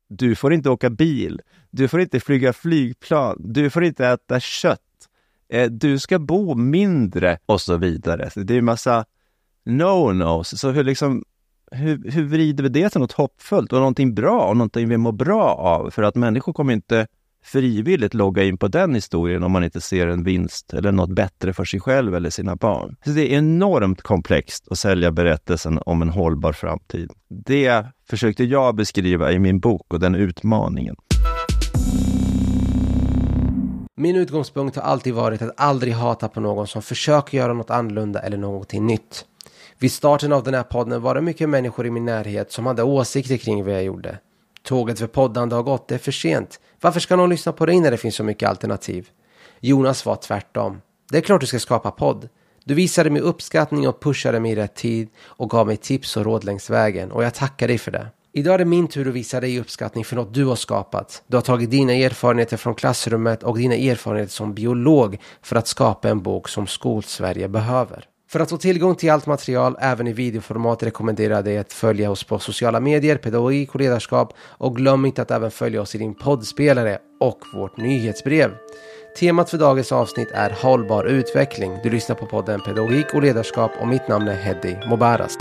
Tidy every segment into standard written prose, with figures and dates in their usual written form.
Du får inte åka bil. Du får inte flyga flygplan. Du får inte äta kött. Du ska bo mindre och så vidare. Så det är en massa no-nos. Så hur vrider vi det till något hoppfullt och någonting bra och någonting vi mår bra av? För att människor kommer inte frivilligt logga in på den historien om man inte ser en vinst eller något bättre för sig själv eller sina barn. Så det är enormt komplext att sälja berättelsen om en hållbar framtid. Det försökte jag beskriva i min bok och den utmaningen. Min utgångspunkt har alltid varit att aldrig hata på någon som försöker göra något annorlunda eller någonting nytt. Vid starten av den här podden var det mycket människor i min närhet som hade åsikter kring vad jag gjorde. Tåget för poddande har gått, det är för sent. Varför ska någon lyssna på dig när det finns så mycket alternativ? Jonas var tvärtom. Det är klart du ska skapa podd. Du visade mig uppskattning och pushade mig i rätt tid och gav mig tips och råd längs vägen. Och jag tackar dig för det. Idag är det min tur att visa dig uppskattning för något du har skapat. Du har tagit dina erfarenheter från klassrummet och dina erfarenheter som biolog för att skapa en bok som Skolsverige behöver. För att få tillgång till allt material, även i videoformat, rekommenderar jag dig att följa oss på sociala medier, pedagogik och ledarskap. Och glöm inte att även följa oss i din poddspelare och vårt nyhetsbrev. Temat för dagens avsnitt är hållbar utveckling. Du lyssnar på podden Pedagogik och ledarskap och mitt namn är Heddy Mobaras.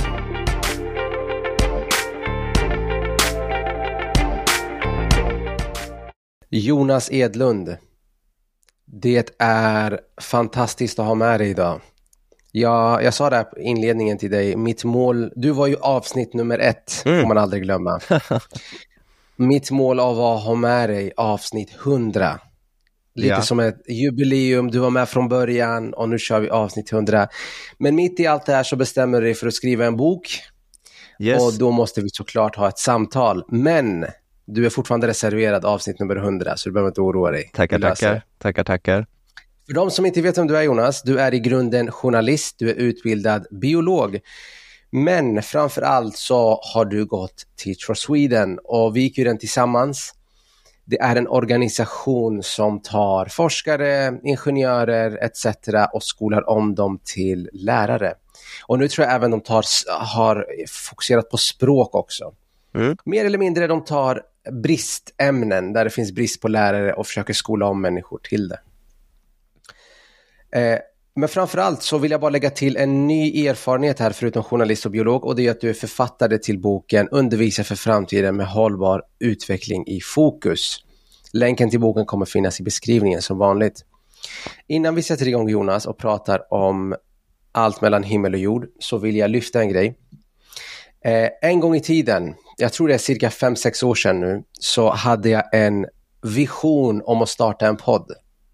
Jonas Edlund. Det är fantastiskt att ha med dig idag. Jag sa det här på inledningen till dig. Mitt mål, du var ju avsnitt nummer 1, får man aldrig glömma. Mitt mål var att ha med dig avsnitt 100. Lite som ett jubileum, du var med från början och nu kör vi avsnitt 100. Men mitt i allt det här så bestämmer du dig för att skriva en bok. Yes. Och då måste vi såklart ha ett samtal. Men du är fortfarande reserverad avsnitt nummer 100, så du behöver inte oroa dig. Tackar. För de som inte vet vem du är, Jonas, du är i grunden journalist, du är utbildad biolog. Men framförallt så har du gått Teach for Sweden och vi gick ju den tillsammans. Det är en organisation som tar forskare, ingenjörer etc. och skolar om dem till lärare. Och nu tror jag även de har fokuserat på språk också. Mer eller mindre de tar bristämnen där det finns brist på lärare och försöker skola om människor till det. Men framförallt så vill jag bara lägga till en ny erfarenhet här förutom journalist och biolog, och det är att du är författare till boken Undervisa för framtiden med hållbar utveckling i fokus. Länken till boken kommer finnas i beskrivningen som vanligt. Innan vi sätter igång, Jonas, och pratar om allt mellan himmel och jord, så vill jag lyfta en grej. En gång i tiden, jag tror det är cirka 5-6 år sedan nu, så hade jag en vision om att starta en podd.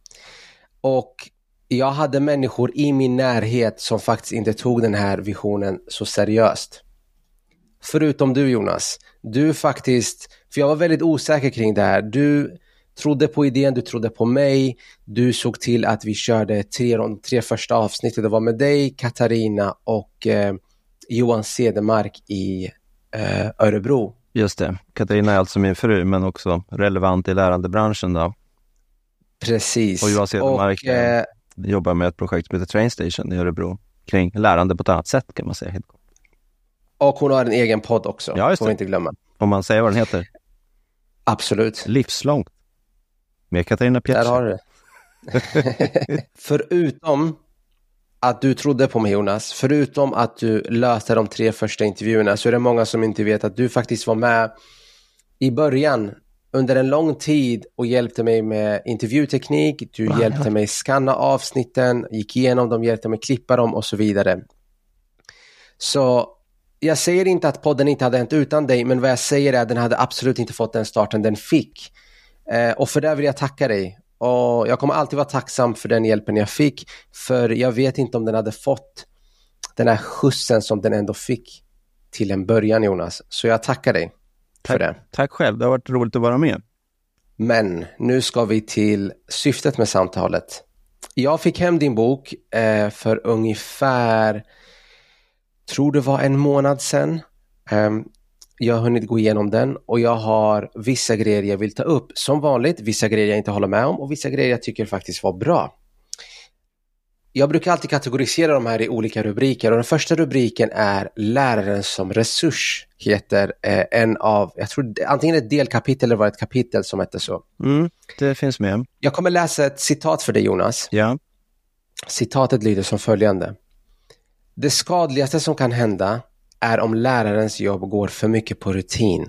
Och jag hade människor i min närhet som faktiskt inte tog den här visionen så seriöst. Förutom du, Jonas. Du faktiskt, för jag var väldigt osäker kring det här. Du trodde på idén, du trodde på mig. Du såg till att vi körde 3 första avsnitt. Det var med dig, Katarina och Johan Cedermark i Örebro. Just det. Katarina är alltså min fru, men också relevant i lärandebranschen då. Precis. Och Johan Cedermark jobbar med ett projekt som heter Train Station i Örebro kring lärande på ett annat sätt, kan man säga helt kort. Och hon har en egen podd också, ja, just det. Får vi inte glömma. Om man säger vad den heter. Absolut. Livslångt. Med Katarina Pietrz. Där har du det. Förutom att du trodde på mig, Jonas, förutom att du löste de 3 första intervjuerna, så är det många som inte vet att du faktiskt var med i början under en lång tid och hjälpte mig med intervjuteknik. Du hjälpte mig skanna avsnitten, gick igenom dem, hjälpte mig klippa dem och så vidare. Så jag säger inte att podden inte hade hänt utan dig, men vad jag säger är att den hade absolut inte fått den starten den fick. Och för det vill jag tacka dig. Och jag kommer alltid vara tacksam för den hjälpen jag fick, för jag vet inte om den hade fått den här skjutsen som den ändå fick till en början, Jonas. Så jag tackar dig för det. Tack själv, det har varit roligt att vara med. Men nu ska vi till syftet med samtalet. Jag fick hem din bok för ungefär, tror det var 1 månad sedan. Jag har hunnit gå igenom den och jag har vissa grejer jag vill ta upp. Som vanligt, vissa grejer jag inte håller med om och vissa grejer jag tycker faktiskt var bra. Jag brukar alltid kategorisera de här i olika rubriker, och den första rubriken är läraren som resurs, heter en av, jag tror antingen ett delkapitel eller var ett kapitel som heter så. Det finns med. Jag kommer läsa ett citat för dig, Jonas. Ja. Citatet lyder som följande: det skadligaste som kan hända är om lärarens jobb går för mycket på rutin.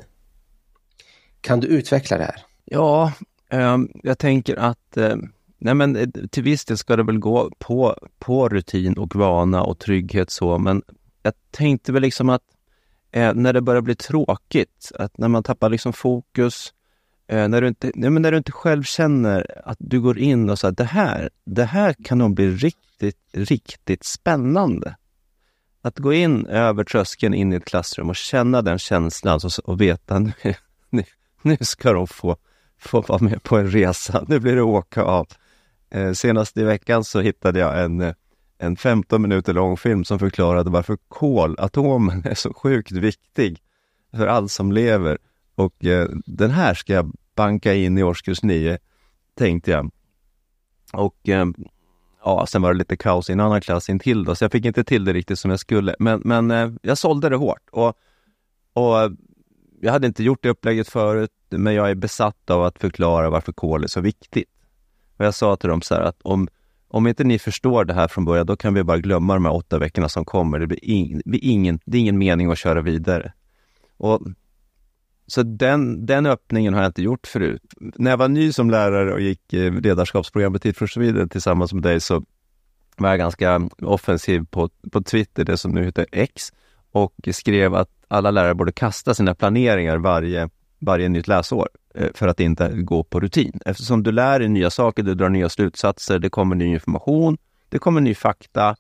Kan du utveckla det här? Ja, jag tänker att till viss del ska det väl gå på rutin och vana och trygghet så, men jag tänkte väl liksom att när det börjar bli tråkigt, att när man tappar liksom fokus, när du inte själv känner att du går in och säger det här kan nog bli riktigt, riktigt spännande. Att gå in över tröskeln in i ett klassrum och känna den känslan och veta nu ska de få vara med på en resa. Nu blir det åka av. Senast i veckan så hittade jag en 15 minuter lång film som förklarade varför kolatomen är så sjukt viktig för allt som lever. Och den här ska jag banka in i årskurs 9, tänkte jag. Och sen var det lite kaos i en annan klass intill då, så jag fick inte till det riktigt som jag skulle. Men jag sålde det hårt. Och jag hade inte gjort det upplägget förut, men jag är besatt av att förklara varför kol är så viktigt. Och jag sa till dem så här att om inte ni förstår det här från början, då kan vi bara glömma de här 8 veckorna som kommer. Det är ingen mening att köra vidare. Och så den öppningen har jag inte gjort förut. När jag var ny som lärare och gick ledarskapsprogrammet och så vidare tillsammans med dig, så var jag ganska offensiv på Twitter, det som nu heter X, och skrev att alla lärare borde kasta sina planeringar varje nytt läsår för att inte gå på rutin. Eftersom du lär dig nya saker, du drar nya slutsatser, det kommer ny information, det kommer ny fakta,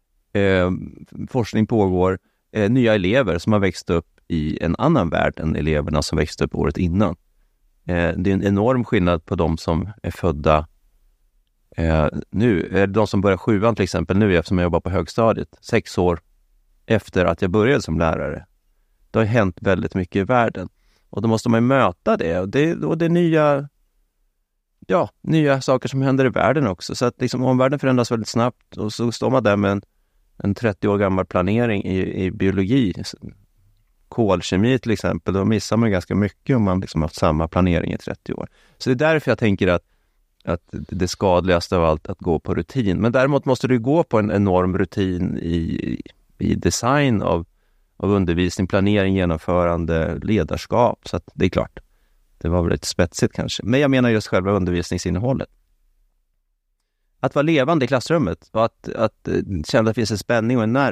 forskning pågår, nya elever som har växt upp i en annan värld än eleverna som växte upp året innan. Det är en enorm skillnad på de som är födda nu. De som börjar 7:an till exempel nu, eftersom jag jobbar på högstadiet, 6 år efter att jag började som lärare. Det har hänt väldigt mycket i världen. Och då måste man möta det. Och det är nya saker som händer i världen också. Så att liksom omvärlden förändras väldigt snabbt. Och så står man där med en 30 år gammal planering i biologi. Kolkemi till exempel. Då missar man ganska mycket om man liksom haft samma planering i 30 år. Så det är därför jag tänker att det skadligaste av allt att gå på rutin. Men däremot måste du gå på en enorm rutin i design av undervisning, planering, genomförande, ledarskap. Så att det är klart, det var väl lite spetsigt kanske. Men jag menar just själva undervisningsinnehållet. Att vara levande i klassrummet och att känna att det finns en spänning och en nerv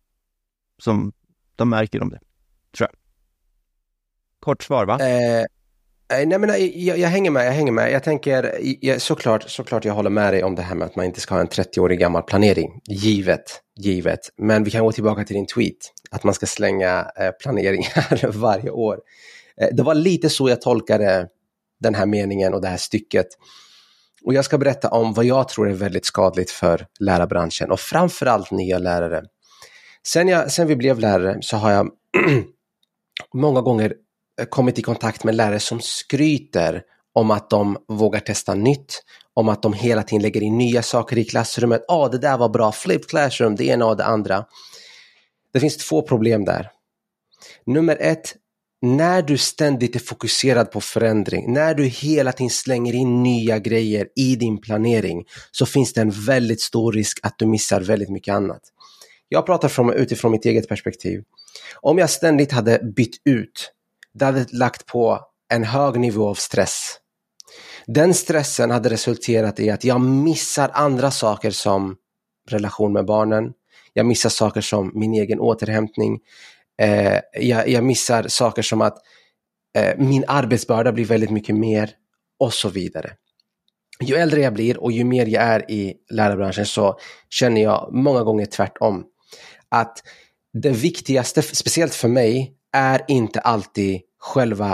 som de märker om det, tror jag. Kort svar, va? Nej, men jag hänger med. Jag tänker, såklart jag håller med dig om det här med att man inte ska ha en 30-årig gammal planering. Givet. Men vi kan gå tillbaka till din tweet. Att man ska slänga planeringar varje år. Det var lite så jag tolkade den här meningen och det här stycket. Och jag ska berätta om vad jag tror är väldigt skadligt för lärarbranschen. Och framförallt nya lärare. Sen vi blev lärare så har jag många gånger kommit i kontakt med lärare som skryter om att de vågar testa nytt, om att de hela tiden lägger in nya saker i klassrummet. Det där var bra, flipped classroom, det ena och det andra. Det finns 2 problem där. Nummer 1, när du ständigt är fokuserad på förändring, när du hela tiden slänger in nya grejer i din planering, så finns det en väldigt stor risk att du missar väldigt mycket annat. Jag pratar utifrån mitt eget perspektiv. Om jag ständigt hade bytt ut, det hade lagt på en hög nivå av stress. Den stressen hade resulterat i att jag missar andra saker som relation med barnen. Jag missar saker som min egen återhämtning. Jag missar saker som att min arbetsbörda blir väldigt mycket mer och så vidare. Ju äldre jag blir och ju mer jag är i lärarbranschen, så känner jag många gånger tvärtom. Att det viktigaste, speciellt för mig, är inte alltid själva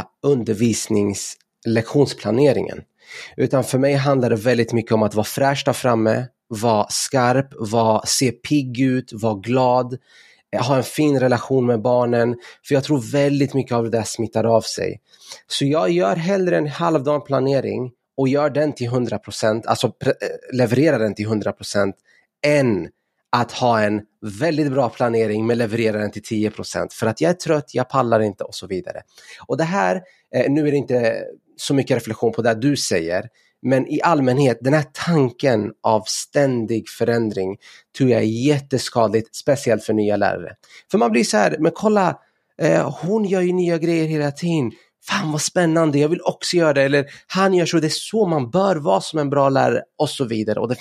lektionsplaneringen. Utan för mig handlar det väldigt mycket om att vara fräsch där framme, vara skarp, se pigg ut, vara glad, ha en fin relation med barnen. För jag tror väldigt mycket av det där smittar av sig. Så jag gör hellre en halvdan planering och gör den till 100%, alltså levererar den till 100%, än att ha en väldigt bra planering men leverera den till 10% för att jag är trött, jag pallar inte och så vidare. Och det här, nu är det inte så mycket reflektion på det du säger, men i allmänhet, den här tanken av ständig förändring tror jag är jätteskadligt, speciellt för nya lärare. För man blir så här, men kolla, hon gör ju nya grejer hela tiden. Fan vad spännande, jag vill också göra det. Eller han gör så, det är så man bör vara som en bra lärare och så vidare. Och det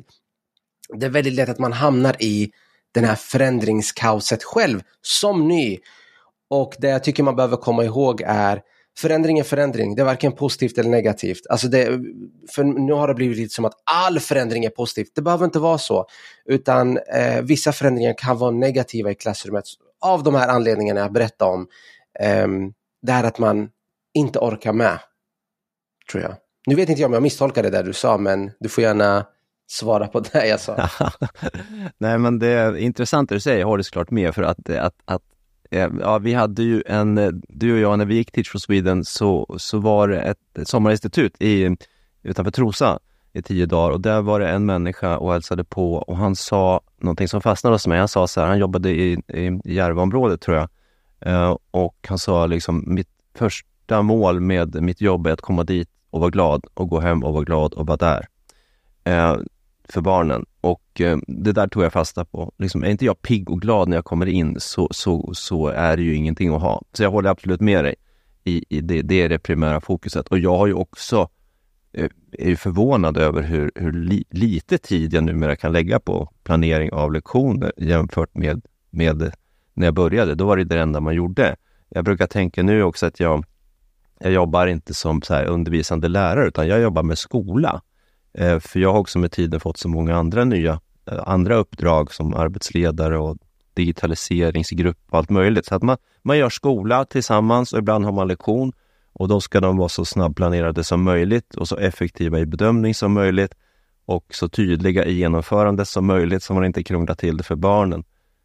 är väldigt lätt att man hamnar i den här förändringskaoset själv som ny. Och det jag tycker man behöver komma ihåg är förändring är förändring. Det är varken positivt eller negativt. Alltså för nu har det blivit lite som att all förändring är positivt. Det behöver inte vara så. Utan vissa förändringar kan vara negativa i klassrummet. Av de här anledningarna jag berättade om. Det här att man inte orkar med. Tror jag. Nu vet inte jag om jag misstolkade det där du sa. Men du får gärna svara på det jag sa. Nej, men det är intressant det du säger. Jag har det såklart med för att ja, vi hade ju du och jag när vi gick Teach for Sweden så var det ett sommarinstitut utanför Trosa i 10 dagar och där var det en människa och hälsade på och han sa någonting som fastnade hos mig. Han sa så här, han jobbade i Järvaområdet tror jag och han sa liksom mitt första mål med mitt jobb är att komma dit och vara glad och gå hem och vara glad och vara där för barnen. Och det där tog jag fasta på. Liksom, är inte jag pigg och glad när jag kommer in så är det ju ingenting att ha. Så jag håller absolut med dig i det är det primära fokuset. Och jag har ju också är ju förvånad över hur lite tid jag numera kan lägga på planering av lektioner jämfört med när jag började. Då var det enda man gjorde. Jag brukar tänka nu också att jag jobbar inte som så här undervisande lärare utan jag jobbar med skola. För jag har också med tiden fått så många andra uppdrag som arbetsledare och digitaliseringsgrupp och allt möjligt. Så att man gör skola tillsammans och ibland har man lektion och då ska de vara så snabbplanerade som möjligt och så effektiva i bedömning som möjligt och så tydliga i genomförande som möjligt så man inte krånglar till det för barnen.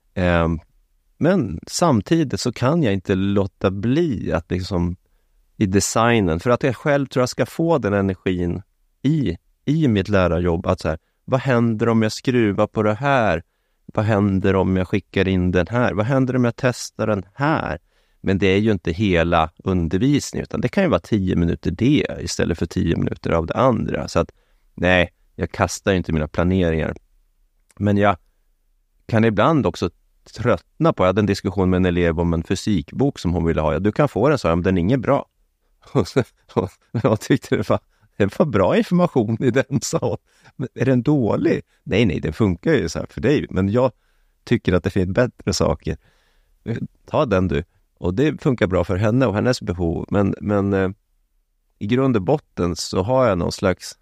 Men samtidigt så kan jag inte låta bli att liksom i designen, för att jag själv tror jag ska få den energin i mitt lärarjobb att så här, vad händer om jag skruvar på det här? Vad händer om jag skickar in den här? Vad händer om jag testar den här? Men det är ju inte hela undervisningen utan det kan ju vara 10 minuter det istället för 10 minuter av det andra. Så att nej, jag kastar inte mina planeringar. Men jag kan ibland också tröttna på, jag hade en diskussion med en elev om en fysikbok som hon ville ha. Ja, du kan få den, så men den är inget bra. Och jag tyckte det var bra information i den, så är den dålig? Nej, den funkar ju så här för dig. Men jag tycker att det finns bättre saker. Ta den du. Och det funkar bra för henne och hennes behov. Men i grund och botten så har jag någon slags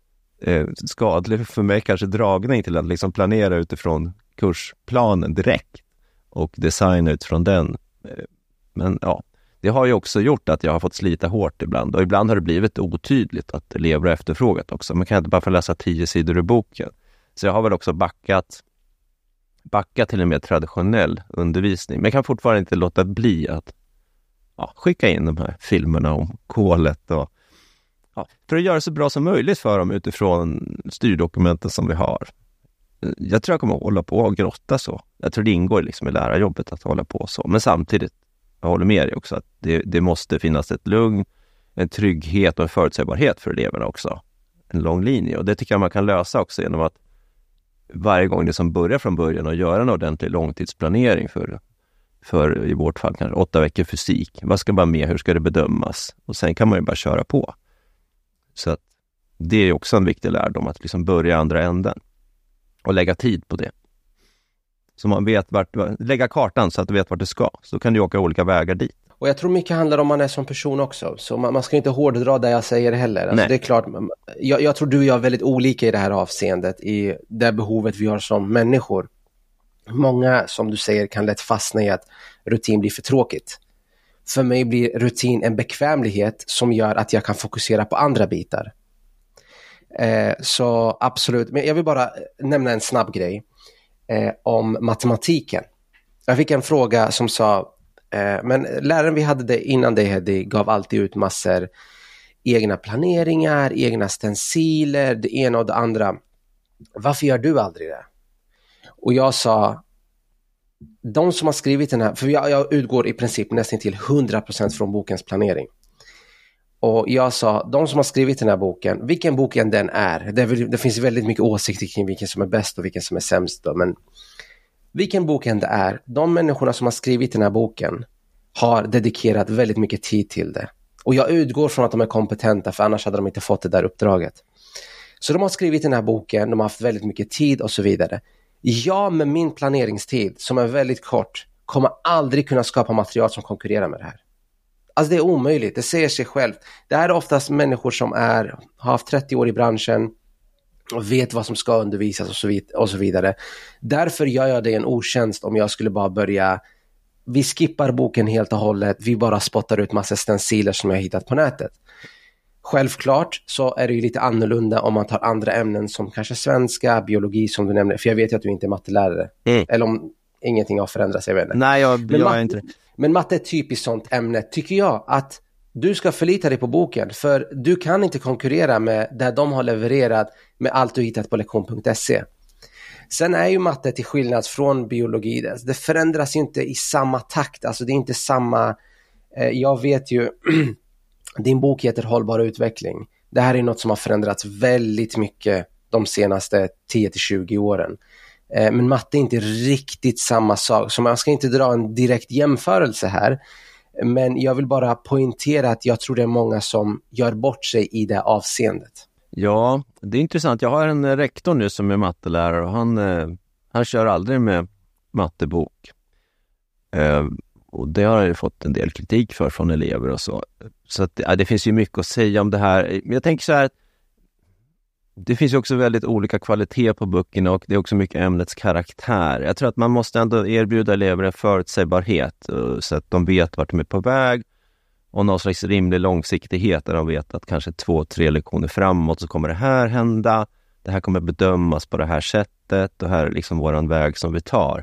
skadlig för mig kanske dragning till att liksom planera utifrån kursplanen direkt och designa utifrån den. Men ja, det har ju också gjort att jag har fått slita hårt ibland. Och ibland har det blivit otydligt att elever har efterfrågat också. Man kan inte bara få läsa 10 sidor ur boken. Så jag har väl också backat till en mer traditionell undervisning. Men jag kan fortfarande inte låta bli att skicka in de här filmerna om kolet. Och, för att göra det så bra som möjligt för dem utifrån styrdokumenten som vi har. Jag tror jag kommer att hålla på och grotta så. Jag tror det ingår liksom i lärarjobbet att hålla på så. Men samtidigt, jag håller med dig också, att det måste finnas ett lugn, en trygghet och en förutsägbarhet för eleverna också. En lång linje. Och det tycker jag man kan lösa också genom att varje gång det som börjar från början och göra en ordentlig långtidsplanering för i vårt fall kanske 8 veckor fysik. Vad ska vara med? Hur ska det bedömas? Och sen kan man ju bara köra på. Så att det är också en viktig lärdom att liksom börja andra änden. Och lägga tid på det. Så man vet lägga kartan så att du vet vart du ska. Så kan du åka olika vägar dit. Och jag tror mycket handlar om man är som person också. Så man ska inte hårddra det jag säger heller. Alltså det är klart, jag tror du och jag är väldigt olika i det här avseendet. I det behovet vi har som människor. Många, som du säger, kan lätt fastna i att rutin blir för tråkigt. För mig blir rutin en bekvämlighet som gör att jag kan fokusera på andra bitar. Så absolut. Men jag vill bara nämna en snabb grej om matematiken. Jag fick en fråga som sa men läraren vi hade det innan dig, Heddy, gav alltid ut massor egna planeringar, egna stenciler, det ena och det andra. Varför gör du aldrig det? Och jag sa, de som har skrivit den här, för jag utgår i princip nästan till 100% från bokens planering. Och jag sa, de som har skrivit den här boken, vilken boken den är, det finns väldigt mycket åsikter kring vilken som är bäst och vilken som är sämst då, men vilken boken det är, de människorna som har skrivit den här boken har dedikerat väldigt mycket tid till det. Och jag utgår från att de är kompetenta, för annars hade de inte fått det där uppdraget. Så de har skrivit den här boken, de har haft väldigt mycket tid och så vidare. Jag med min planeringstid, som är väldigt kort, kommer aldrig kunna skapa material som konkurrerar med det här. Alltså det är omöjligt, det säger sig självt. Det här är oftast människor som har haft 30 år i branschen och vet vad som ska undervisas och så vidare. Därför gör jag det en otjänst om jag skulle bara börja, vi skippar boken helt och hållet, vi bara spottar ut massa stenciler som jag hittat på nätet. Självklart så är det ju lite annorlunda om man tar andra ämnen som kanske svenska, biologi som du nämnde, för jag vet ju att du inte är mattelärare. Eller om ingenting har förändrats, jag vet inte. Nej, jag är inte det. Men matte är ett typiskt sånt ämne, tycker jag, att du ska förlita dig på boken, för du kan inte konkurrera med det de har levererat med allt du hittat på lektion.se. Sen är ju matte till skillnad från biologi, det förändras ju inte i samma takt, alltså det är inte samma, jag vet ju, din bok heter Hållbar utveckling. Det här är något som har förändrats väldigt mycket de senaste 10-20 åren. Men matte är inte riktigt samma sak, så man ska inte dra en direkt jämförelse här. Men jag vill bara poängtera att jag tror det är många som gör bort sig i det avseendet. Ja, det är intressant. Jag har en rektor nu som är mattelärare och han kör aldrig med mattebok. Och det har jag fått en del kritik för från elever och så. Så att, det finns ju mycket att säga om det här. Men jag tänker så här, det finns ju också väldigt olika kvalitet på böckerna och det är också mycket ämnets karaktär. Jag tror att man måste ändå erbjuda elever en förutsägbarhet så att de vet vart de är på väg och någon slags rimlig långsiktighet där de vet att kanske 2-3 lektioner framåt så kommer det här hända. Det här kommer bedömas på det här sättet och här är liksom våran väg som vi tar.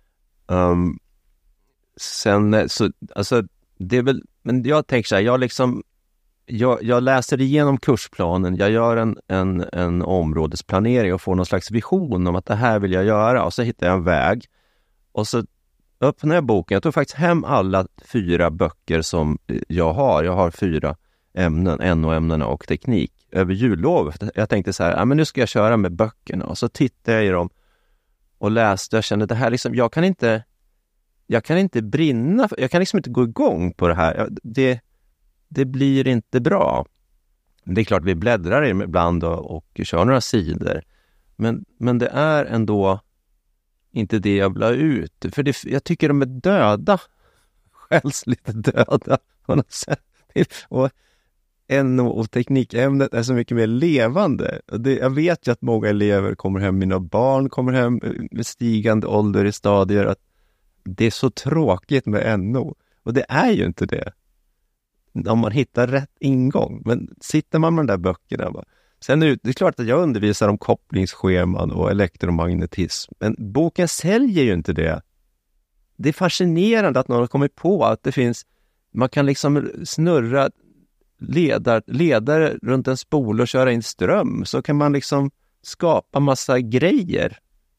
Sen så, alltså det är väl, men jag tänker så här, jag läser igenom kursplanen, jag gör en områdesplanering och får någon slags vision om att det här vill jag göra och så hittar jag en väg och så öppnar jag boken. Jag tog faktiskt hem alla 4 böcker som jag har 4 ämnen, NO-ämnena och teknik över jullovet. Jag tänkte så här, men nu ska jag köra med böckerna och så tittade jag i dem och läste. Jag kände det här liksom, jag kan inte brinna, jag kan liksom inte gå igång på det här. Det blir inte bra. Det är klart vi bläddrar ibland och kör några sidor. Men det är ändå inte det jag vill ha ut. För jag tycker de är döda. Själls lite döda på något sätt. Och NO och teknikämnet är så mycket mer levande. Jag vet ju att många elever kommer hem, mina barn kommer hem med stigande ålder i stadier, att det är så tråkigt med NO. Och det är ju inte det. Om man hittar rätt ingång. Men sitter man med de där böckerna. Sen är det klart att jag undervisar om kopplingsscheman och elektromagnetism. Men boken säljer ju inte det. Det är fascinerande att någon har kommit på att det finns, man kan liksom snurra ledare runt en spol och köra in ström. Så kan man liksom skapa massa grejer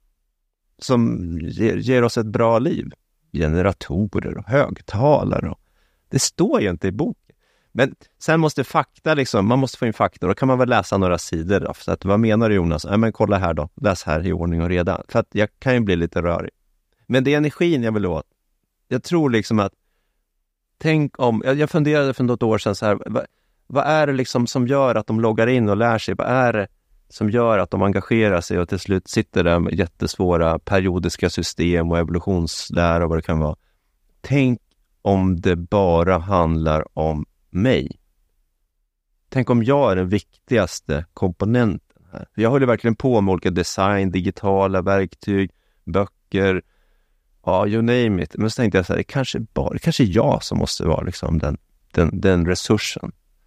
som ger oss ett bra liv. Generatorer och högtalare. Det står ju inte i boken. Men sen måste fakta liksom, man måste få in fakta. Då kan man väl läsa några sidor då. Så att, vad menar du, Jonas? Men kolla här då. Läs här i ordning och reda. För att jag kan ju bli lite rörig. Men det är energin jag vill åt. Jag tror liksom att, tänk om, jag funderade för något år sedan så här, vad är det liksom som gör att de loggar in och lär sig? Vad är det som gör att de engagerar sig och till slut sitter där med jättesvåra periodiska system och evolutionslära och vad det kan vara? Tänk om det bara handlar om mig. Tänk om jag är den viktigaste komponenten här. Jag håller verkligen på med olika design, digitala verktyg, böcker, ja, you name it. Men så tänkte jag så här, det kanske jag som måste vara liksom den resursen.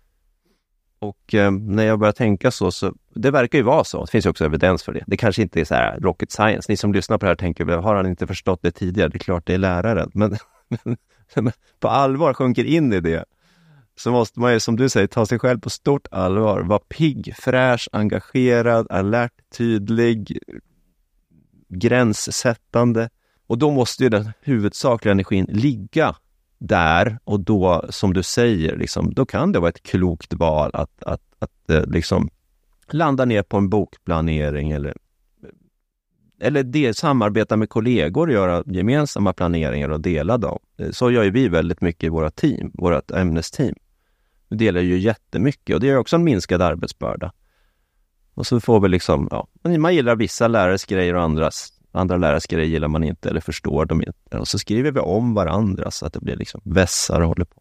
Och när jag börjar tänka så det verkar ju vara så. Det finns ju också evidens för det. Det kanske inte är så här rocket science. Ni som lyssnar på det här tänker, har han inte förstått det tidigare? Det är klart det är läraren. Men på allvar sjunker in i det, så måste man ju, som du säger, ta sig själv på stort allvar. Vara pigg, fräsch, engagerad, alert, tydlig. gränssättande. Och då måste ju den huvudsakliga energin ligga där, och då, som du säger, liksom, då kan det vara ett klokt val att liksom landa ner på en bokplanering eller samarbeta med kollegor och göra gemensamma planeringar och dela dem. Så gör ju vi väldigt mycket i vårt ämnesteam. Vi delar ju jättemycket, och det är också en minskad arbetsbörda. Och så får vi liksom, ja, man gillar vissa lärares grejer och andra lärares grejer gillar man inte eller förstår dem inte. Och så skriver vi om varandra så att det blir liksom vässar och håller på.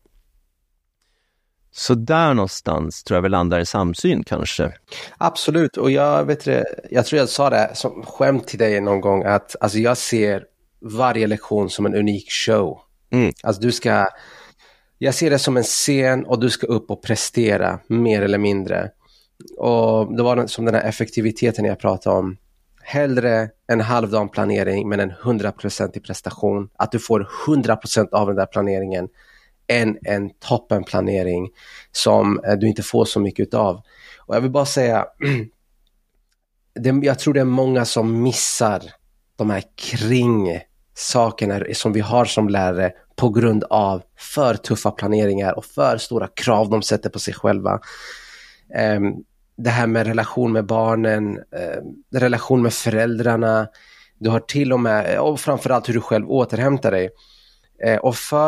Så där någonstans tror jag vi landar i samsyn kanske. Absolut, och jag tror jag sa det som skämt till dig någon gång att alltså jag ser varje lektion som en unik show. Alltså jag ser det som en scen och du ska upp och prestera mer eller mindre. Och det var som den här effektiviteten jag pratade om. Hellre en halvdan planering men en 100% prestation. Att du får 100% av den där planeringen än en toppenplanering som du inte får så mycket utav. Och jag vill bara säga, jag tror det är många som missar de här kring sakerna som vi har som lärare på grund av för tuffa planeringar och för stora krav de sätter på sig själva. Det här med relation med barnen, relation med föräldrarna, du har till och med, och framförallt hur du själv återhämtar dig. Och för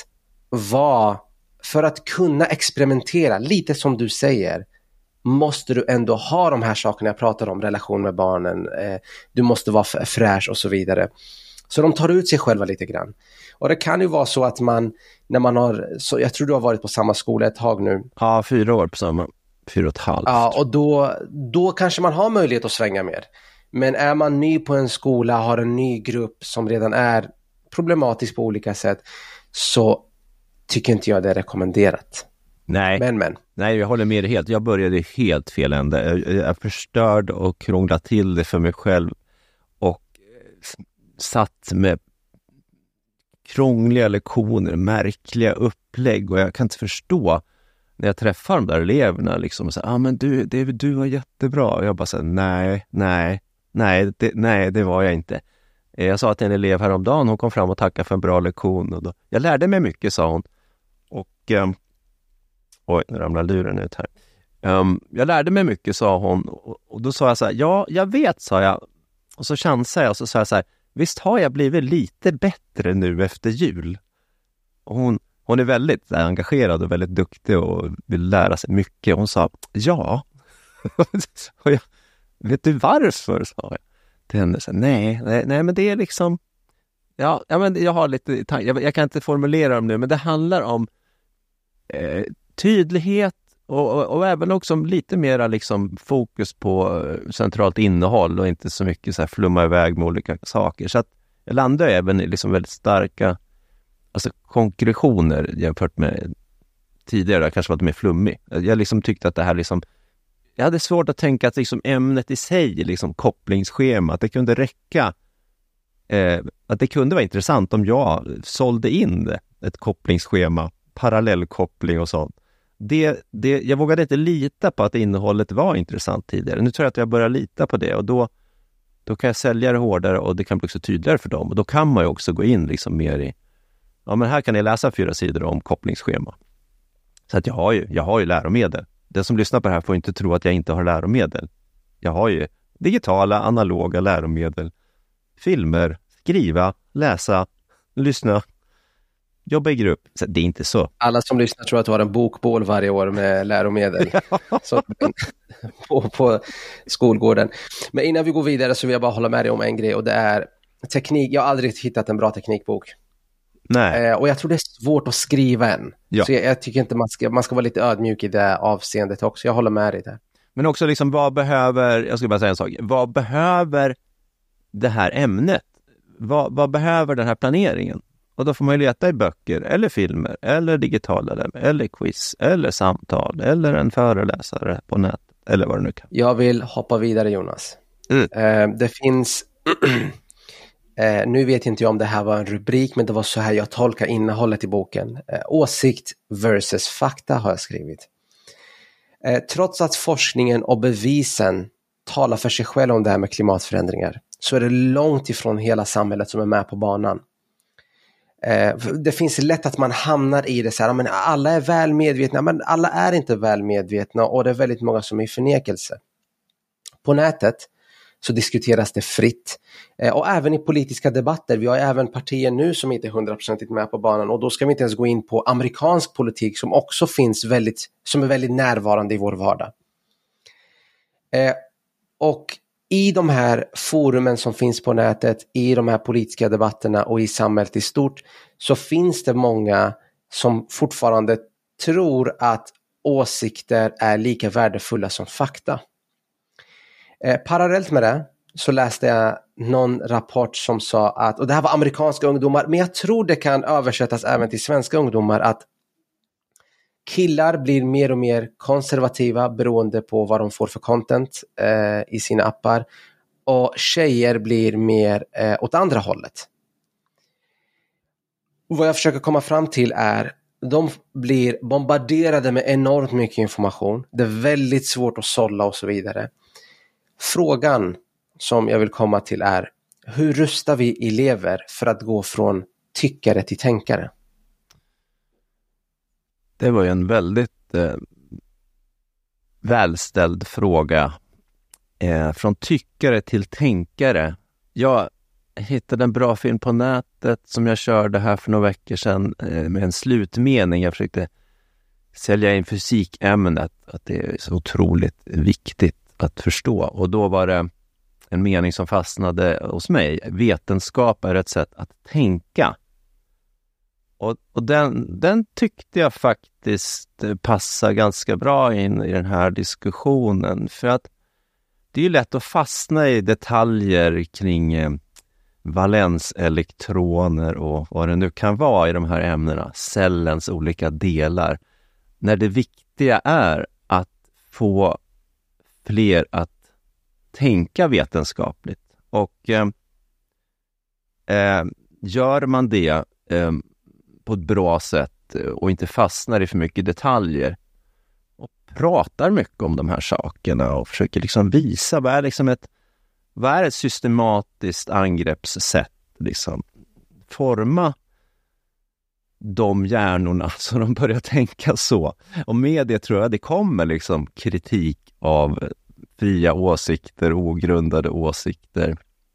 att kunna experimentera, lite som du säger, måste du ändå ha de här sakerna jag pratar om, relation med barnen, du måste vara fräsch och så vidare. Så de tar ut sig själva lite grann. Och det kan ju vara så att när man har, så jag tror du har varit på samma skola ett tag nu. Ja, 4 år på samma. 4,5. Ja, och då kanske man har möjlighet att svänga mer. Men är man ny på en skola, har en ny grupp som redan är problematisk på olika sätt, så tycker inte jag det är rekommenderat. Nej. Nej, jag håller med dig helt. Jag började helt fel ände. Jag förstörde och krånglade till det för mig själv och satt med krångliga lektioner, märkliga upplägg, och jag kan inte förstå när jag träffar de där eleverna liksom och säger, men du var jättebra. Och jag bara säger, nej, det var jag inte. Jag sa till en elev häromdagen, hon kom fram och tackade för en bra lektion. Och jag lärde mig mycket, sa hon. Och, oj, nu ramlar luren ut här. Jag lärde mig mycket, sa hon. Och då sa jag så här, ja, jag vet, sa jag. Och så chansade jag och så sa jag så här, visst har jag blivit lite bättre nu efter jul? Och hon är väldigt engagerad och väldigt duktig och vill lära sig mycket. Hon sa, ja. Och jag, vet du varför, sa jag till henne. Så, nej, men det är liksom, ja, men jag har lite jag kan inte formulera dem nu, men det handlar om tydlighet och även också lite mera liksom fokus på centralt innehåll och inte så mycket så här flumma iväg med olika saker. Så att jag landar även i liksom väldigt starka, alltså konkretioner jämfört med tidigare. Jag kanske var mer flummig. Jag liksom tyckte att det här liksom, jag hade svårt att tänka att liksom ämnet i sig, liksom kopplingsschema, att det kunde räcka, att det kunde vara intressant om jag sålde in ett kopplingsschema, parallellkoppling och sånt. Jag vågade inte lita på att innehållet var intressant tidigare. Nu tror jag att jag börjar lita på det, och då kan jag sälja det hårdare och det kan bli också tydligare för dem. Och då kan man ju också gå in liksom mer i, ja, men här kan ni läsa 4 sidor om kopplingsschema. Så att jag har ju läromedel. Den som lyssnar på det här får inte tro att jag inte har läromedel. Jag har ju digitala, analoga läromedel. Filmer, skriva, läsa, lyssna, jobba i grupp. Så det är inte så. Alla som lyssnar tror att du har en bokbål varje år med läromedel så, på skolgården. Men innan vi går vidare så vill jag bara hålla med dig om en grej, och det är teknik. Jag har aldrig hittat en bra teknikbok. Nej. Och jag tror det är svårt att skriva en. Ja. Så jag tycker inte man ska vara lite ödmjuk i det avseendet också. Jag håller med dig där. Men också liksom, jag ska bara säga en sak. Vad behöver det här ämnet? Vad behöver den här planeringen? Och då får man ju leta i böcker, eller filmer, eller digitala, eller quiz, eller samtal, eller en föreläsare på nätet, eller vad det nu kan. Jag vill hoppa vidare, Jonas. Det finns... nu vet inte jag om det här var en rubrik, men det var så här jag tolkar innehållet i boken. Åsikt versus fakta har jag skrivit. Trots att forskningen och bevisen talar för sig själv om det här med klimatförändringar, så är det långt ifrån hela samhället som är med på banan. Det finns lätt att man hamnar i det så här, men alla är väl medvetna, men alla är inte väl medvetna, och det är väldigt många som är i förnekelse. På nätet så diskuteras det fritt, och även i politiska debatter. Vi har även partier nu som inte är 100% med på banan, och då ska vi inte ens gå in på amerikansk politik som också finns som är väldigt närvarande i vår vardag. Och i de här forumen som finns på nätet, i de här politiska debatterna och i samhället i stort, så finns det många som fortfarande tror att åsikter är lika värdefulla som fakta. Parallellt med det så läste jag någon rapport som sa att, och det här var amerikanska ungdomar, men jag tror det kan översättas även till svenska ungdomar, att killar blir mer och mer konservativa beroende på vad de får för content i sina appar, och tjejer blir mer åt andra hållet. Vad jag försöker komma fram till är, de blir bombarderade med enormt mycket information. Det är väldigt svårt att sålla och så vidare. Frågan som jag vill komma till är, hur rustar vi elever för att gå från tyckare till tänkare? Det var ju en väldigt välställd fråga. Från tyckare till tänkare. Jag hittade en bra film på nätet som jag körde här för några veckor sedan med en slutmening. Jag försökte sälja in fysikämnet, att det är så otroligt viktigt att förstå. Och då var det en mening som fastnade hos mig. Vetenskap är ett sätt att tänka. Och den tyckte jag faktiskt passar ganska bra in i den här diskussionen. För att det är ju lätt att fastna i detaljer kring valenselektroner och vad det nu kan vara i de här ämnena. Cellens olika delar. När det viktiga är att få fler att tänka vetenskapligt. Och gör man det på ett bra sätt och inte fastnar i för mycket detaljer och pratar mycket om de här sakerna och försöker liksom visa vad är ett systematiskt angreppssätt, liksom forma de hjärnorna så de börjar tänka så. Och med det tror jag det kommer liksom kritik av fria åsikter, ogrundade åsikter.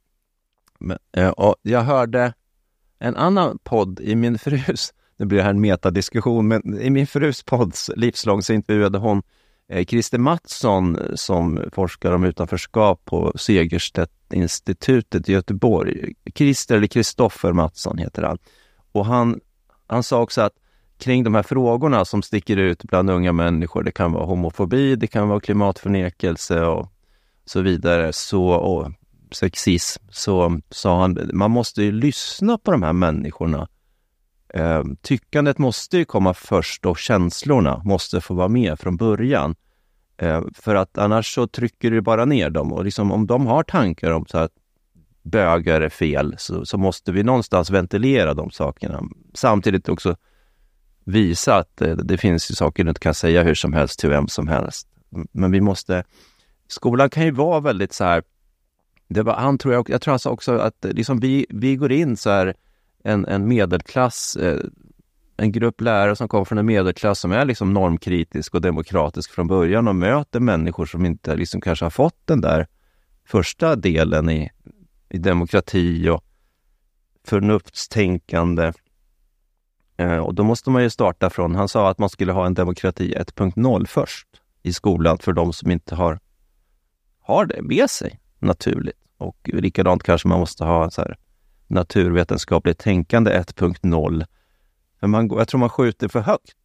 Och jag hörde en annan podd i min frus, nu blir det här en metadiskussion, men i min frus podds Livslång så intervjuade hon Christer Mattsson som forskar om utanförskap på Segerstedt-institutet i Göteborg. Christer eller Kristoffer Mattsson heter han. Och han sa också att kring de här frågorna som sticker ut bland unga människor, det kan vara homofobi, det kan vara klimatförnekelse och så vidare, och sexism, så sa han, man måste ju lyssna på de här människorna. Tyckandet måste ju komma först och känslorna måste få vara med från början. För att annars så trycker du bara ner dem, och liksom om de har tankar om så att bögar är fel, så måste vi någonstans ventilera de sakerna. Samtidigt också visa att det finns ju saker du inte kan säga hur som helst till vem som helst. Men vi måste, skolan kan ju vara väldigt så här, jag tror alltså också att liksom vi går in så här en medelklass, en grupp lärare som kommer från en medelklass som är liksom normkritisk och demokratisk från början och möter människor som inte liksom kanske har fått den där första delen i demokrati och förnuftstänkande. Och då måste man ju starta från, han sa att man skulle ha en demokrati 1.0 först i skolan för de som inte har det med sig naturligt. Och likadant kanske man måste ha så här naturvetenskapligt tänkande 1.0. För jag tror man skjuter för högt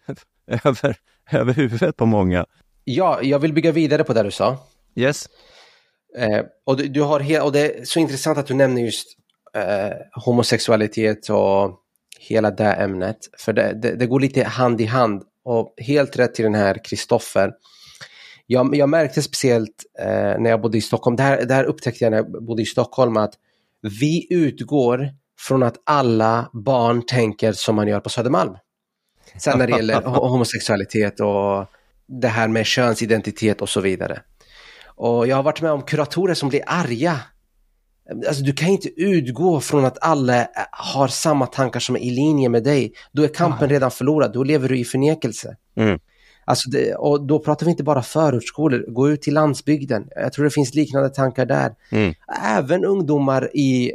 över huvudet på många. Ja, jag vill bygga vidare på det du sa. Yes. Och det är så intressant att du nämner just homosexualitet och hela det ämnet. För det går lite hand i hand. Och helt rätt till den här Kristoffer. Jag märkte speciellt när jag bodde i Stockholm. Det här upptäckte jag när jag bodde i Stockholm, att vi utgår från att alla barn tänker som man gör på Södermalm. Sen när det gäller homosexualitet och det här med könsidentitet och så vidare. Och jag har varit med om kuratorer som blir arga Alltså du kan inte utgå från att alla har samma tankar som är i linje med dig. Då är kampen redan förlorad, då lever du i förnekelse. Alltså och då pratar vi inte bara förortsskolor, gå ut till landsbygden. Jag tror det finns liknande tankar där. Även ungdomar i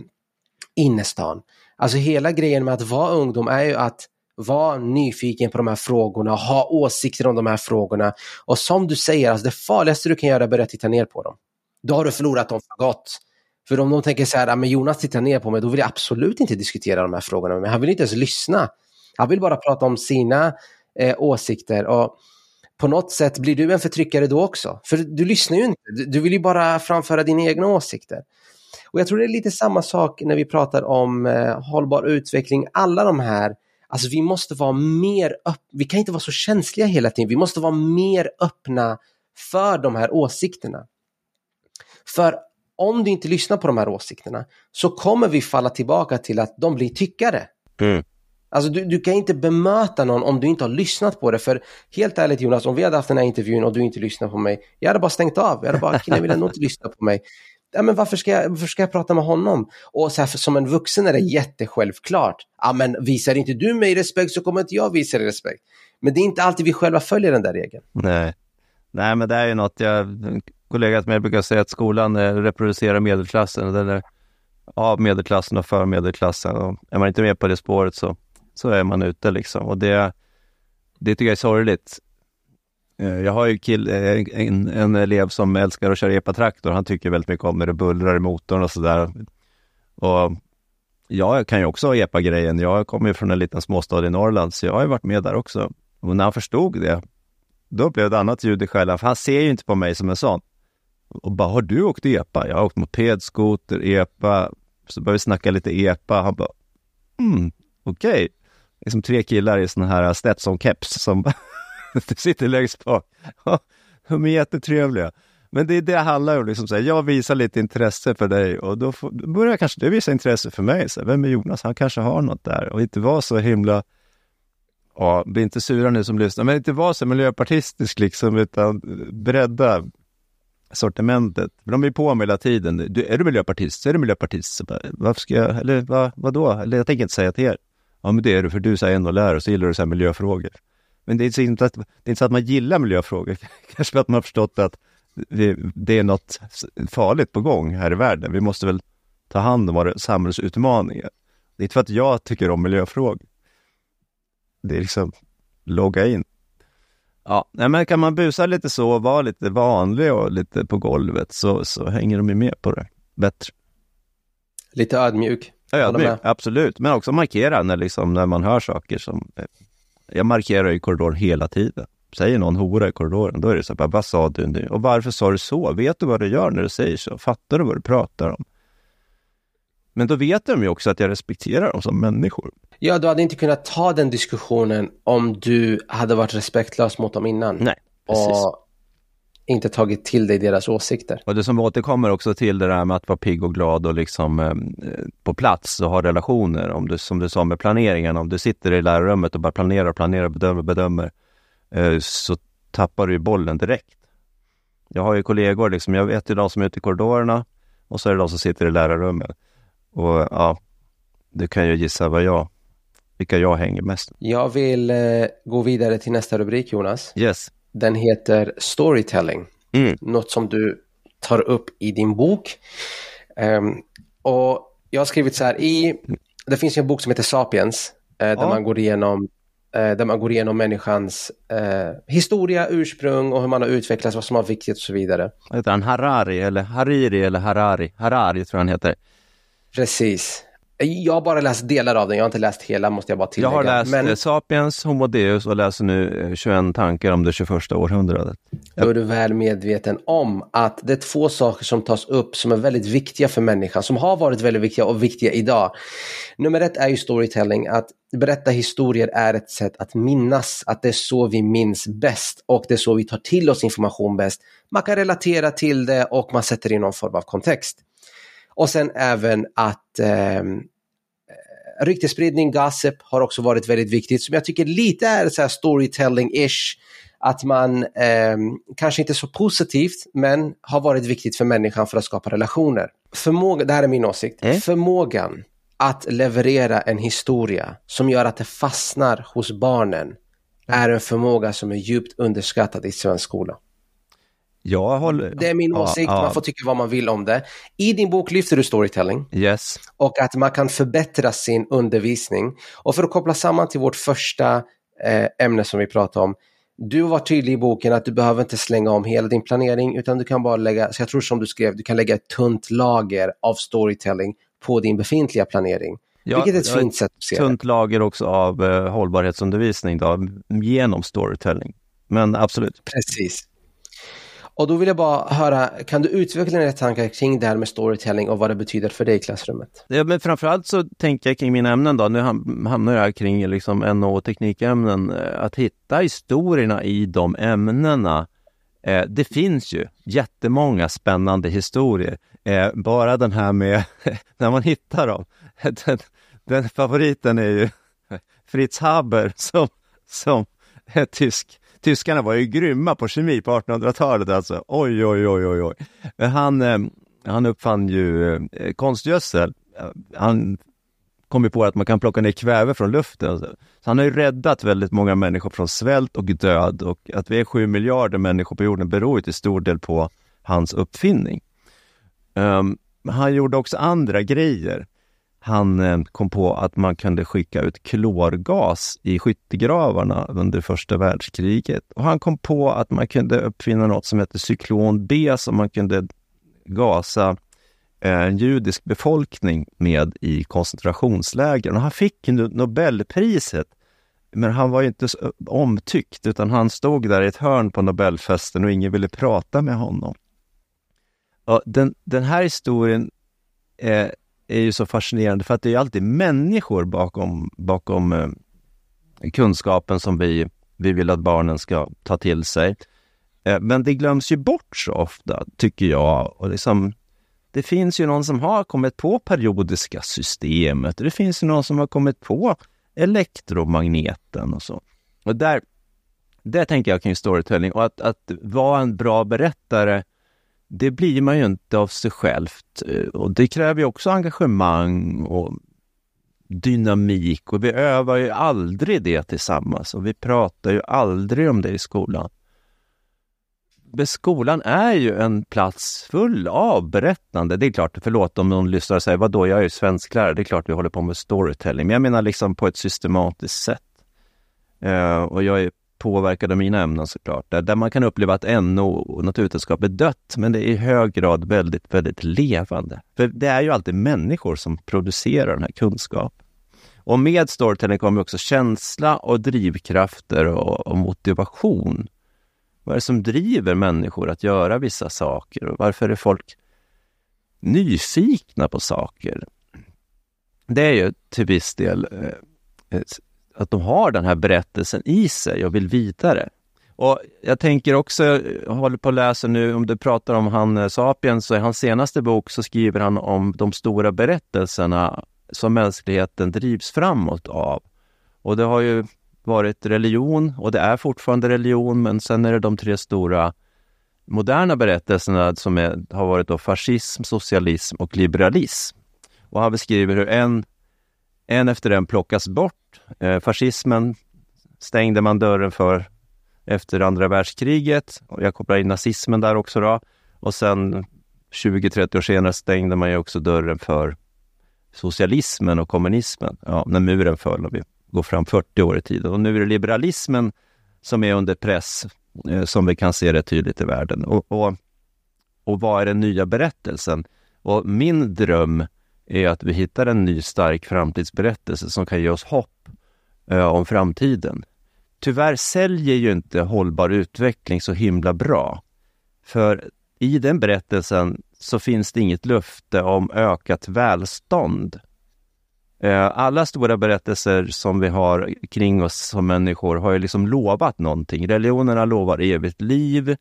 innerstan. Alltså hela grejen med att vara ungdom är ju att vara nyfiken på de här frågorna, ha åsikter om de här frågorna. Och som du säger, alltså det farligaste du kan göra är att börja titta ner på dem. Då har du förlorat dem för gott. För om de tänker så här, men Jonas tittar ner på mig, då vill jag absolut inte diskutera de här frågorna. Men han vill inte ens lyssna. Han vill bara prata om sina åsikter. Och på något sätt blir du en förtryckare då också. För du lyssnar ju inte. Du vill ju bara framföra dina egna åsikter. Och jag tror det är lite samma sak när vi pratar om hållbar utveckling. Alla de här, alltså vi måste vara mer vi kan inte vara så känsliga hela tiden. Vi måste vara mer öppna för de här åsikterna. För om du inte lyssnar på de här åsikterna så kommer vi falla tillbaka till att de blir tyckare. Alltså du kan inte bemöta någon om du inte har lyssnat på det. För helt ärligt Jonas, om vi hade haft den här intervjun och du inte lyssnar på mig, jag hade bara stängt av. Jag hade bara, killen vill ändå inte lyssna på mig. Ja, men varför ska jag prata med honom? Och så här, som en vuxen är det jättesjälvklart. Ja, men visar inte du mig respekt så kommer inte jag visa dig respekt. Men det är inte alltid vi själva följer den där regeln. Nej, men det är ju något kollega till mig brukar säga att skolan reproducerar medelklassen. Den är av medelklassen och för medelklassen. Och är man inte med på det spåret så är man ute liksom. Och det tycker jag är sorgligt. Jag har ju en elev som älskar att köra epatraktor. Han tycker väldigt mycket om när det bullrar i motorn och sådär. Och jag kan ju också ha epa-grejen. Jag kommer ju från en liten småstad i Norrland, så jag har ju varit med där också. Och när han förstod det, då blev det annat ljud i själva. För han ser ju inte på mig som en sån. Och bara, har du åkt epa? Jag har åkt moped, skoter, epa. Så började vi snacka lite epa. Han bara, okej. Liksom 3 killar i sån här Stetson-keps som du sitter längst bak. De är jättetrevliga. Men det handlar ju om liksom så här, jag visar lite intresse för dig och då börjar kanske du visa intresse för mig. Så här, vem är Jonas? Han kanske har något där. Och inte vara så himla, bli inte sura nu som lyssnar, men inte vara så miljöpartistisk liksom, utan bredda sortimentet. För de är på mig hela tiden. Är du miljöpartist? Så är du miljöpartist. Så bara, varför ska jag, eller vadå? Eller jag tänker inte säga till er. Ja, men det är du, för du säger ändå lärare och så gillar du så här miljöfrågor. Men det är inte så att man gillar miljöfrågor. Kanske för att man har förstått att det är något farligt på gång här i världen. Vi måste väl ta hand om våra samhällsutmaningar. Det är inte för att jag tycker om miljöfrågor. Det är liksom logga in. Ja, men kan man busa lite så och vara lite vanlig och lite på golvet så hänger de ju med på det bättre. Lite ödmjuk. Ödmjuk, absolut. Men också markera när man hör saker som... Jag markerar i korridoren hela tiden. Säger någon hora i korridoren, då är det så här, vad sa du nu? Och varför sa du så? Vet du vad du gör när du säger så? Fattar du vad du pratar om? Men då vet de ju också att jag respekterar dem som människor. Ja, du hade inte kunnat ta den diskussionen om du hade varit respektlös mot dem innan. Nej, precis. Och inte tagit till dig deras åsikter. Och det som återkommer också till det där med att vara pigg och glad och liksom på plats och ha relationer. Om du, som du sa med planeringen, om du sitter i lärarrummet och bara planerar, bedömer så tappar du ju bollen direkt. Jag har ju kollegor, liksom, jag vet ju de som är ute i korridorerna och så är det de som sitter i lärarrummet. Och ja, du kan ju gissa vilka jag hänger mest. Jag vill gå vidare till nästa rubrik, Jonas. Yes. Den heter Storytelling. Något som du tar upp i din bok. Och jag har skrivit så här det finns en bok som heter Sapiens där man går igenom människans historia, ursprung och hur man har utvecklats, vad som har viktigt och så vidare. Heter han Harari eller Harari? Harari tror jag han heter. Precis. Jag har bara läst delar av den, jag har inte läst hela, måste jag bara tillägga. Jag har läst Sapiens, Homo Deus och läser nu 21 tankar om det 21 århundradet. Då är du väl medveten om att det är 2 saker som tas upp som är väldigt viktiga för människan, som har varit väldigt viktiga och viktiga idag. Nummer 1 är ju storytelling, att berätta historier är ett sätt att minnas, att det är så vi minns bäst och det är så vi tar till oss information bäst. Man kan relatera till det och man sätter in någon form av kontext. Och sen även att ryktesspridning, gossip har också varit väldigt viktigt, som jag tycker lite är så här storytelling-ish. att man kanske inte är så positivt, men har varit viktigt för människan för att skapa relationer. Det här är min åsikt. Förmågan att leverera en historia som gör att det fastnar hos barnen är en förmåga som är djupt underskattad i svensk skola. Det är min åsikt, man får tycka vad man vill om det. I din bok lyfter du storytelling. Yes. Och att man kan förbättra sin undervisning. Och för att koppla samman till vårt första ämne som vi pratade om. Du var tydlig i boken att du behöver inte slänga om hela din planering, utan du kan bara lägga, så jag tror som du skrev, du kan lägga ett tunt lager av storytelling på din befintliga planering. Vilket är ett fint sätt att se det. Tunt lager också av hållbarhetsundervisning då, genom storytelling. Men absolut. Precis. Och då vill jag bara höra, kan du utveckla dina tankar kring det här med storytelling och vad det betyder för dig i klassrummet? Ja, men framförallt så tänker jag kring mina ämnen då. Nu hamnar jag kring liksom NO och teknikämnen. Att hitta historierna i de ämnena. Det finns ju jättemånga spännande historier. Bara den här med när man hittar dem. Den favoriten är ju Fritz Haber som är tysk. Tyskarna var ju grymma på kemi på 1800-talet alltså. Oj. Han uppfann ju konstgödsel. Han kom ju på att man kan plocka ner kväve från luften. Så han har ju räddat väldigt många människor från svält och död. Och att vi är 7 miljarder människor på jorden beror ju till stor del på hans uppfinning. Han gjorde också andra grejer. Han kom på att man kunde skicka ut klorgas i skyttegravarna under första världskriget. Och han kom på att man kunde uppfinna något som heter cyklon B som man kunde gasa en judisk befolkning med i koncentrationsläger. Och han fick Nobelpriset, men han var ju inte så omtyckt, utan han stod där i ett hörn på Nobelfesten och ingen ville prata med honom. Och den här historien är ju så fascinerande för att det är alltid människor bakom kunskapen som vi vill att barnen ska ta till sig. Men det glöms ju bort så ofta, tycker jag. Och liksom, det finns ju någon som har kommit på periodiska systemet. Det finns ju någon som har kommit på elektromagneten och så. Och där tänker jag kring storytelling. Och att vara en bra berättare, det blir man ju inte av sig självt. Och det kräver ju också engagemang och dynamik. Och vi övar ju aldrig det tillsammans. Och vi pratar ju aldrig om det i skolan. Men skolan är ju en plats full av berättande. Det är klart, förlåt om någon lyssnar och säger, vadå, jag är ju svensklärare. Det är klart vi håller på med storytelling. Men jag menar liksom på ett systematiskt sätt. Och jag är påverkade mina ämnen såklart. Där man kan uppleva att NO och naturvetenskap är dött, men det är i hög grad väldigt, väldigt levande. För det är ju alltid människor som producerar den här kunskapen. Och med storytelling kommer också känsla och drivkrafter och motivation. Vad är det som driver människor att göra vissa saker? Och varför är folk nyfikna på saker? Det är ju till viss del att de har den här berättelsen i sig och vill vidare. Och jag tänker också, jag håller på att läsa nu, om du pratar om han Sapiens, så i hans senaste bok så skriver han om de stora berättelserna som mänskligheten drivs framåt av. Och det har ju varit religion, och det är fortfarande religion, men sen är det de 3 stora moderna berättelserna som har varit då fascism, socialism och liberalism. Och han beskriver hur en efter en plockas bort. Fascismen stängde man dörren för efter andra världskriget, och jag kopplar in nazismen där också då. Och sen 20-30 år senare stängde man ju också dörren för socialismen och kommunismen. Ja, när muren föll, och vi går fram 40 år i tiden. Och nu är det liberalismen som är under press, som vi kan se det tydligt i världen. Och vad är den nya berättelsen? Och min dröm är att vi hittar en ny stark framtidsberättelse som kan ge oss hopp om framtiden. Tyvärr säljer ju inte hållbar utveckling så himla bra. För i den berättelsen så finns det inget löfte om ökat välstånd. Alla stora berättelser som vi har kring oss som människor har ju liksom lovat någonting. Religionerna lovar evigt liv.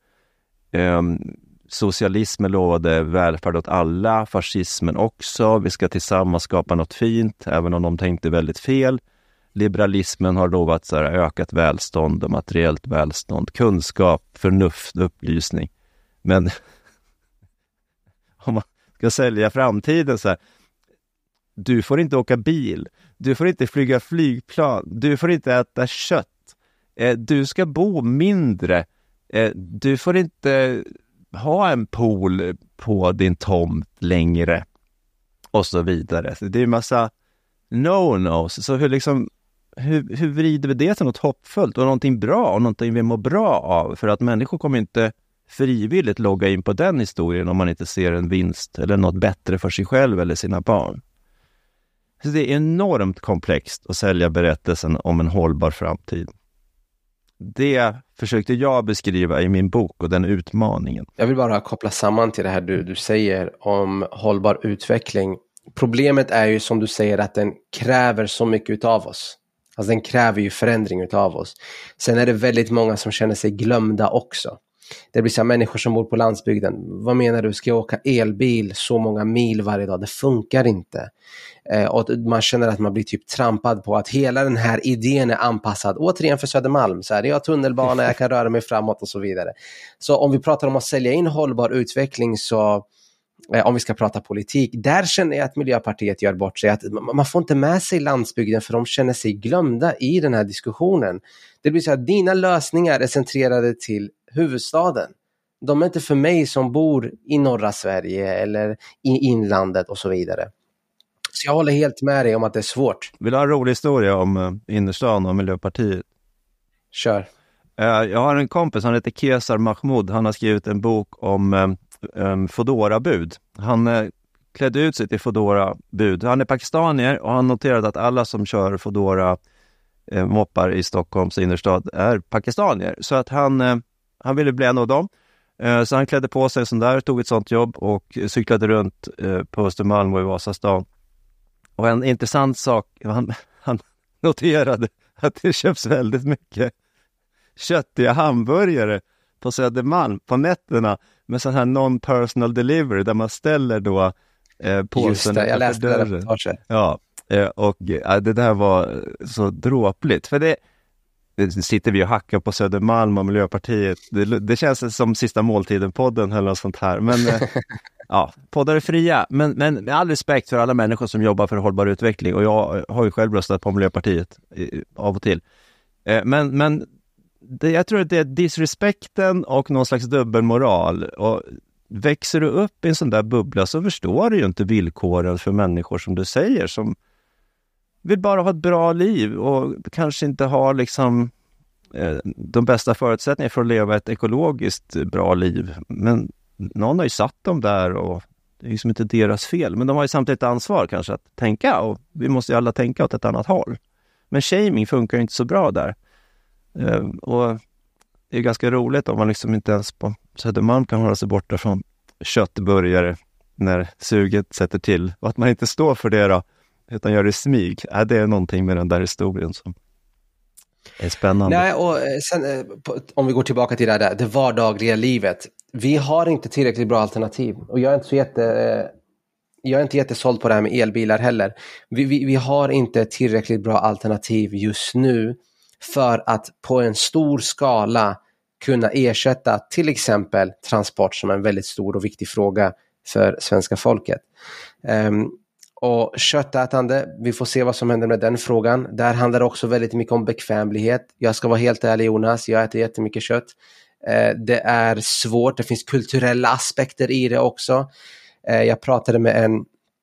Socialismen lovade välfärd åt alla. Fascismen också. Vi ska tillsammans skapa något fint, även om de tänkte väldigt fel. liberalismen har lovat så här, ökat välstånd och materiellt välstånd, kunskap, förnuft, upplysning. Men om man ska sälja framtiden så här, du får inte åka bil, du får inte flyga flygplan, du får inte äta kött, du ska bo mindre, du får inte ha en pool på din tomt längre och så vidare. Så det är en massa no-nos. Så hur vrider vi det till något hoppfullt och någonting bra och någonting vi mår bra av? För att människor kommer inte frivilligt logga in på den historien om man inte ser en vinst eller något bättre för sig själv eller sina barn. Så det är enormt komplext att sälja berättelsen om en hållbar framtid. Det försökte jag beskriva i min bok och den utmaningen. Jag vill bara koppla samman till det här du säger om hållbar utveckling. Problemet är ju som du säger att den kräver så mycket av oss. Alltså den kräver ju förändring av oss. Sen är det väldigt många som känner sig glömda också. Det blir så här människor som bor på landsbygden. Vad menar du? Ska jag åka elbil så många mil varje dag? Det funkar inte. Och man känner att man blir typ trampad på att hela den här idén är anpassad. Återigen för Södermalm. Så här, jag har tunnelbana, jag kan röra mig framåt och så vidare. Så om vi pratar om att sälja in hållbar utveckling så... Om vi ska prata politik, där känner jag att Miljöpartiet gör bort sig. Att man får inte med sig landsbygden för de känner sig glömda i den här diskussionen. Det blir så att dina lösningar är centrerade till huvudstaden. De är inte för mig som bor i norra Sverige eller i inlandet och så vidare. Så jag håller helt med dig om att det är svårt. Vill du ha en rolig historia om innerstan och Miljöpartiet? Kör. Jag har en kompis, han heter Kesar Mahmoud. Han har skrivit en bok om Foodora-bud. Han klädde ut sig till Foodora-bud. Han är pakistanier och han noterade att alla som kör Foodora moppar i Stockholms innerstad är pakistanier. Så att han ville bli en av dem. Så han klädde på sig sån där, tog ett sånt jobb och cyklade runt på Östermalm och i Vasastan. Och en intressant sak, han noterade att det köps väldigt mycket köttiga hamburgare på Södermalm på nätterna med sån här non-personal delivery där man ställer då påsen jag läste det. Ja, och det där var så dråpligt. För det sitter vi och hackar på Södermalm och Miljöpartiet. Det känns som sista måltiden-podden eller något sånt här. Men ja, poddar är fria. Men med all respekt för alla människor som jobbar för hållbar utveckling. Och jag har ju själv röstat på Miljöpartiet av och till. Men jag tror att det är disrespekten och någon slags dubbelmoral. Och växer du upp i en sån där bubbla så förstår du ju inte villkoren för människor som du säger. Som vill bara ha ett bra liv och kanske inte ha liksom de bästa förutsättningarna för att leva ett ekologiskt bra liv. Men någon har ju satt dem där och det är ju som inte deras fel. Men de har ju samtidigt ansvar kanske att tänka och vi måste ju alla tänka åt ett annat håll. Men shaming funkar ju inte så bra där. Och det är ganska roligt om man liksom inte ens på Södermalm kan hålla sig borta från köttburgare när suget sätter till. Och att man inte står för det då, utan gör det smyg. Det är någonting med den där historien som är spännande. Nej, och sen om vi går tillbaka till det vardagliga livet. Vi har inte tillräckligt bra alternativ. Och jag är inte jättesåld på det här med elbilar heller. Vi har inte tillräckligt bra alternativ just nu för att på en stor skala kunna ersätta till exempel transport som är en väldigt stor och viktig fråga för svenska folket. Och köttätande, vi får se vad som händer med den frågan. Där handlar det också väldigt mycket om bekvämlighet. Jag ska vara helt ärlig Jonas, jag äter jättemycket kött. Det är svårt, det finns kulturella aspekter i det också. Jag pratade med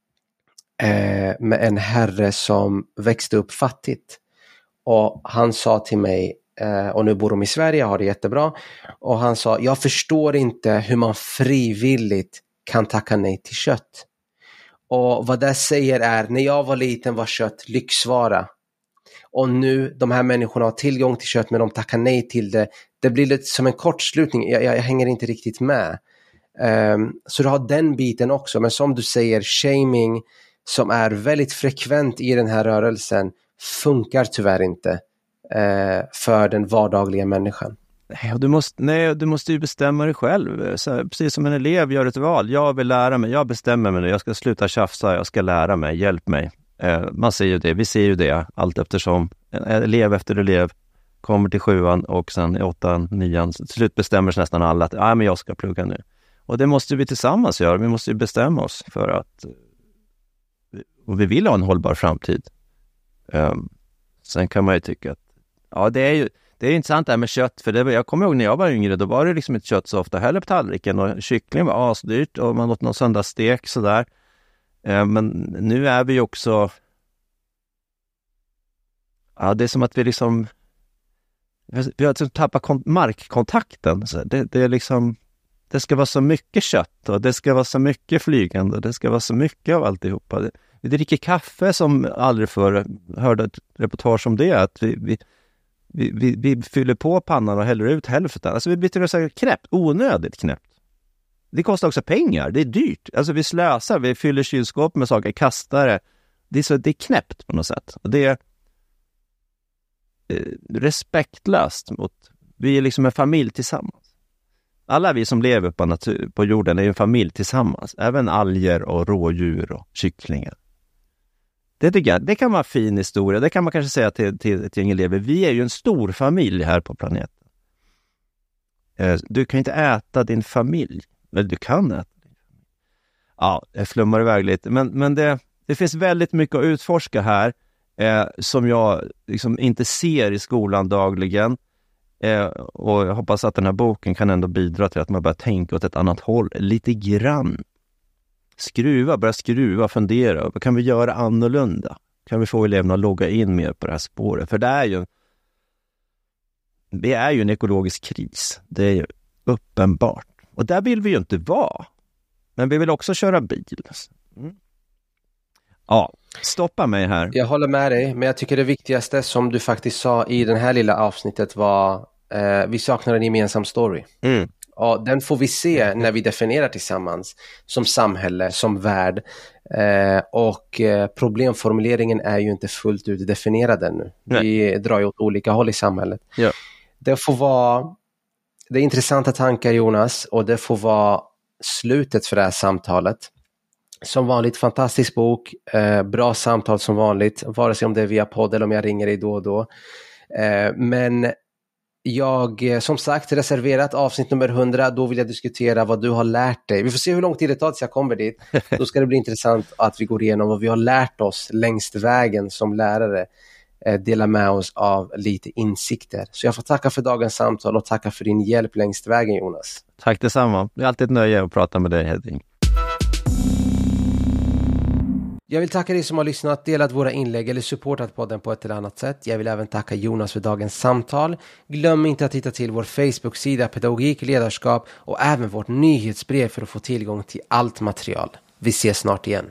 en herre som växte upp fattigt. Och han sa till mig, och nu bor de i Sverige, har det jättebra. Och han sa, jag förstår inte hur man frivilligt kan tacka nej till kött. Och vad det säger är, när jag var liten var kött lyxvara. Och nu, de här människorna har tillgång till kött men de tackar nej till det. Det blir lite som en kortslutning, jag hänger inte riktigt med. Så du har den biten också. Men som du säger, shaming som är väldigt frekvent i den här rörelsen funkar tyvärr inte för den vardagliga människan. Du måste ju bestämma dig själv. Så, precis som en elev gör ett val. Jag vill lära mig, jag bestämmer mig nu. Jag ska sluta tjafsa, jag ska lära mig, hjälp mig. Man ser ju det, vi ser ju det allt eftersom. elev efter elev kommer till 7:an och sen i 8:an, 9:an. Till slut bestämmer sig nästan alla att men jag ska plugga nu. Och det måste vi tillsammans göra. Vi måste ju bestämma oss för att och vi vill ha en hållbar framtid. Sen kan man ju tycka att det är intressant det här med kött. För jag kommer ihåg när jag var yngre, då var det liksom inte kött så ofta heller på tallriken. Och kyckling var asdyrt och man åt någon söndagsstek sådär. Men nu är vi också... det är som att vi liksom... Vi har liksom tappat markkontakten. Så det är liksom... Det ska vara så mycket kött och det ska vara så mycket flygande och det ska vara så mycket av alltihopa. Vi dricker kaffe som aldrig förr. Hörde ett reportage om det, att vi fyller på pannan och häller ut hälften. Alltså vi blir till så knäppt, onödigt knäppt. Det kostar också pengar, det är dyrt. Alltså vi slösar, vi fyller kylskåp med saker, kastar det. Det är knäppt på något sätt. Och det är respektlöst mot... Vi är liksom en familj tillsammans. Alla vi som lever på jorden är en familj tillsammans. Även alger och rådjur och kycklingar. Det tycker jag, det kan vara en fin historia. Det kan man kanske säga till ett gäng elever. Vi är ju en stor familj här på planeten. Du kan inte äta din familj. Eller du kan äta din familj. Ja, jag flummar iväg lite. Men det finns väldigt mycket att utforska här. Som jag liksom inte ser i skolan dagligen. Och jag hoppas att den här boken kan ändå bidra till att man börjar tänka åt ett annat håll lite grann. Börja skruva, fundera. Vad kan vi göra annorlunda? Kan vi få eleverna att logga in mer på det här spåret? För det är ju en ekologisk kris. Det är ju uppenbart. Och där vill vi ju inte vara. Men vi vill också köra bil. Ja, stoppa mig här. Jag håller med dig, men jag tycker det viktigaste som du faktiskt sa i den här lilla avsnittet var vi saknar en gemensam story. Och den får vi se när vi definierar tillsammans som samhälle, som värld. Och problemformuleringen är ju inte fullt ut definierad ännu. Nej. Vi drar ju åt olika håll i samhället. Ja. Det är intressanta tankar, Jonas, och det får vara slutet för det här samtalet. Som vanligt, fantastisk bok, bra samtal som vanligt, vare sig om det är via podd eller om jag ringer dig då och då. Men jag, som sagt, reserverat avsnitt nummer 100, då vill jag diskutera vad du har lärt dig. Vi får se hur lång tid det tar tills jag kommer dit. Då ska det bli intressant att vi går igenom vad vi har lärt oss längst vägen som lärare. Dela med oss av lite insikter. Så jag får tacka för dagens samtal och tacka för din hjälp längst vägen, Jonas. Tack detsamma. Det är alltid ett nöje att prata med dig, Hedvig. Jag vill tacka dig som har lyssnat, delat våra inlägg eller supportat podden på ett eller annat sätt. Jag vill även tacka Jonas för dagens samtal. Glöm inte att titta till vår Facebook-sida Pedagogik Ledarskap och även vårt nyhetsbrev för att få tillgång till allt material. Vi ses snart igen.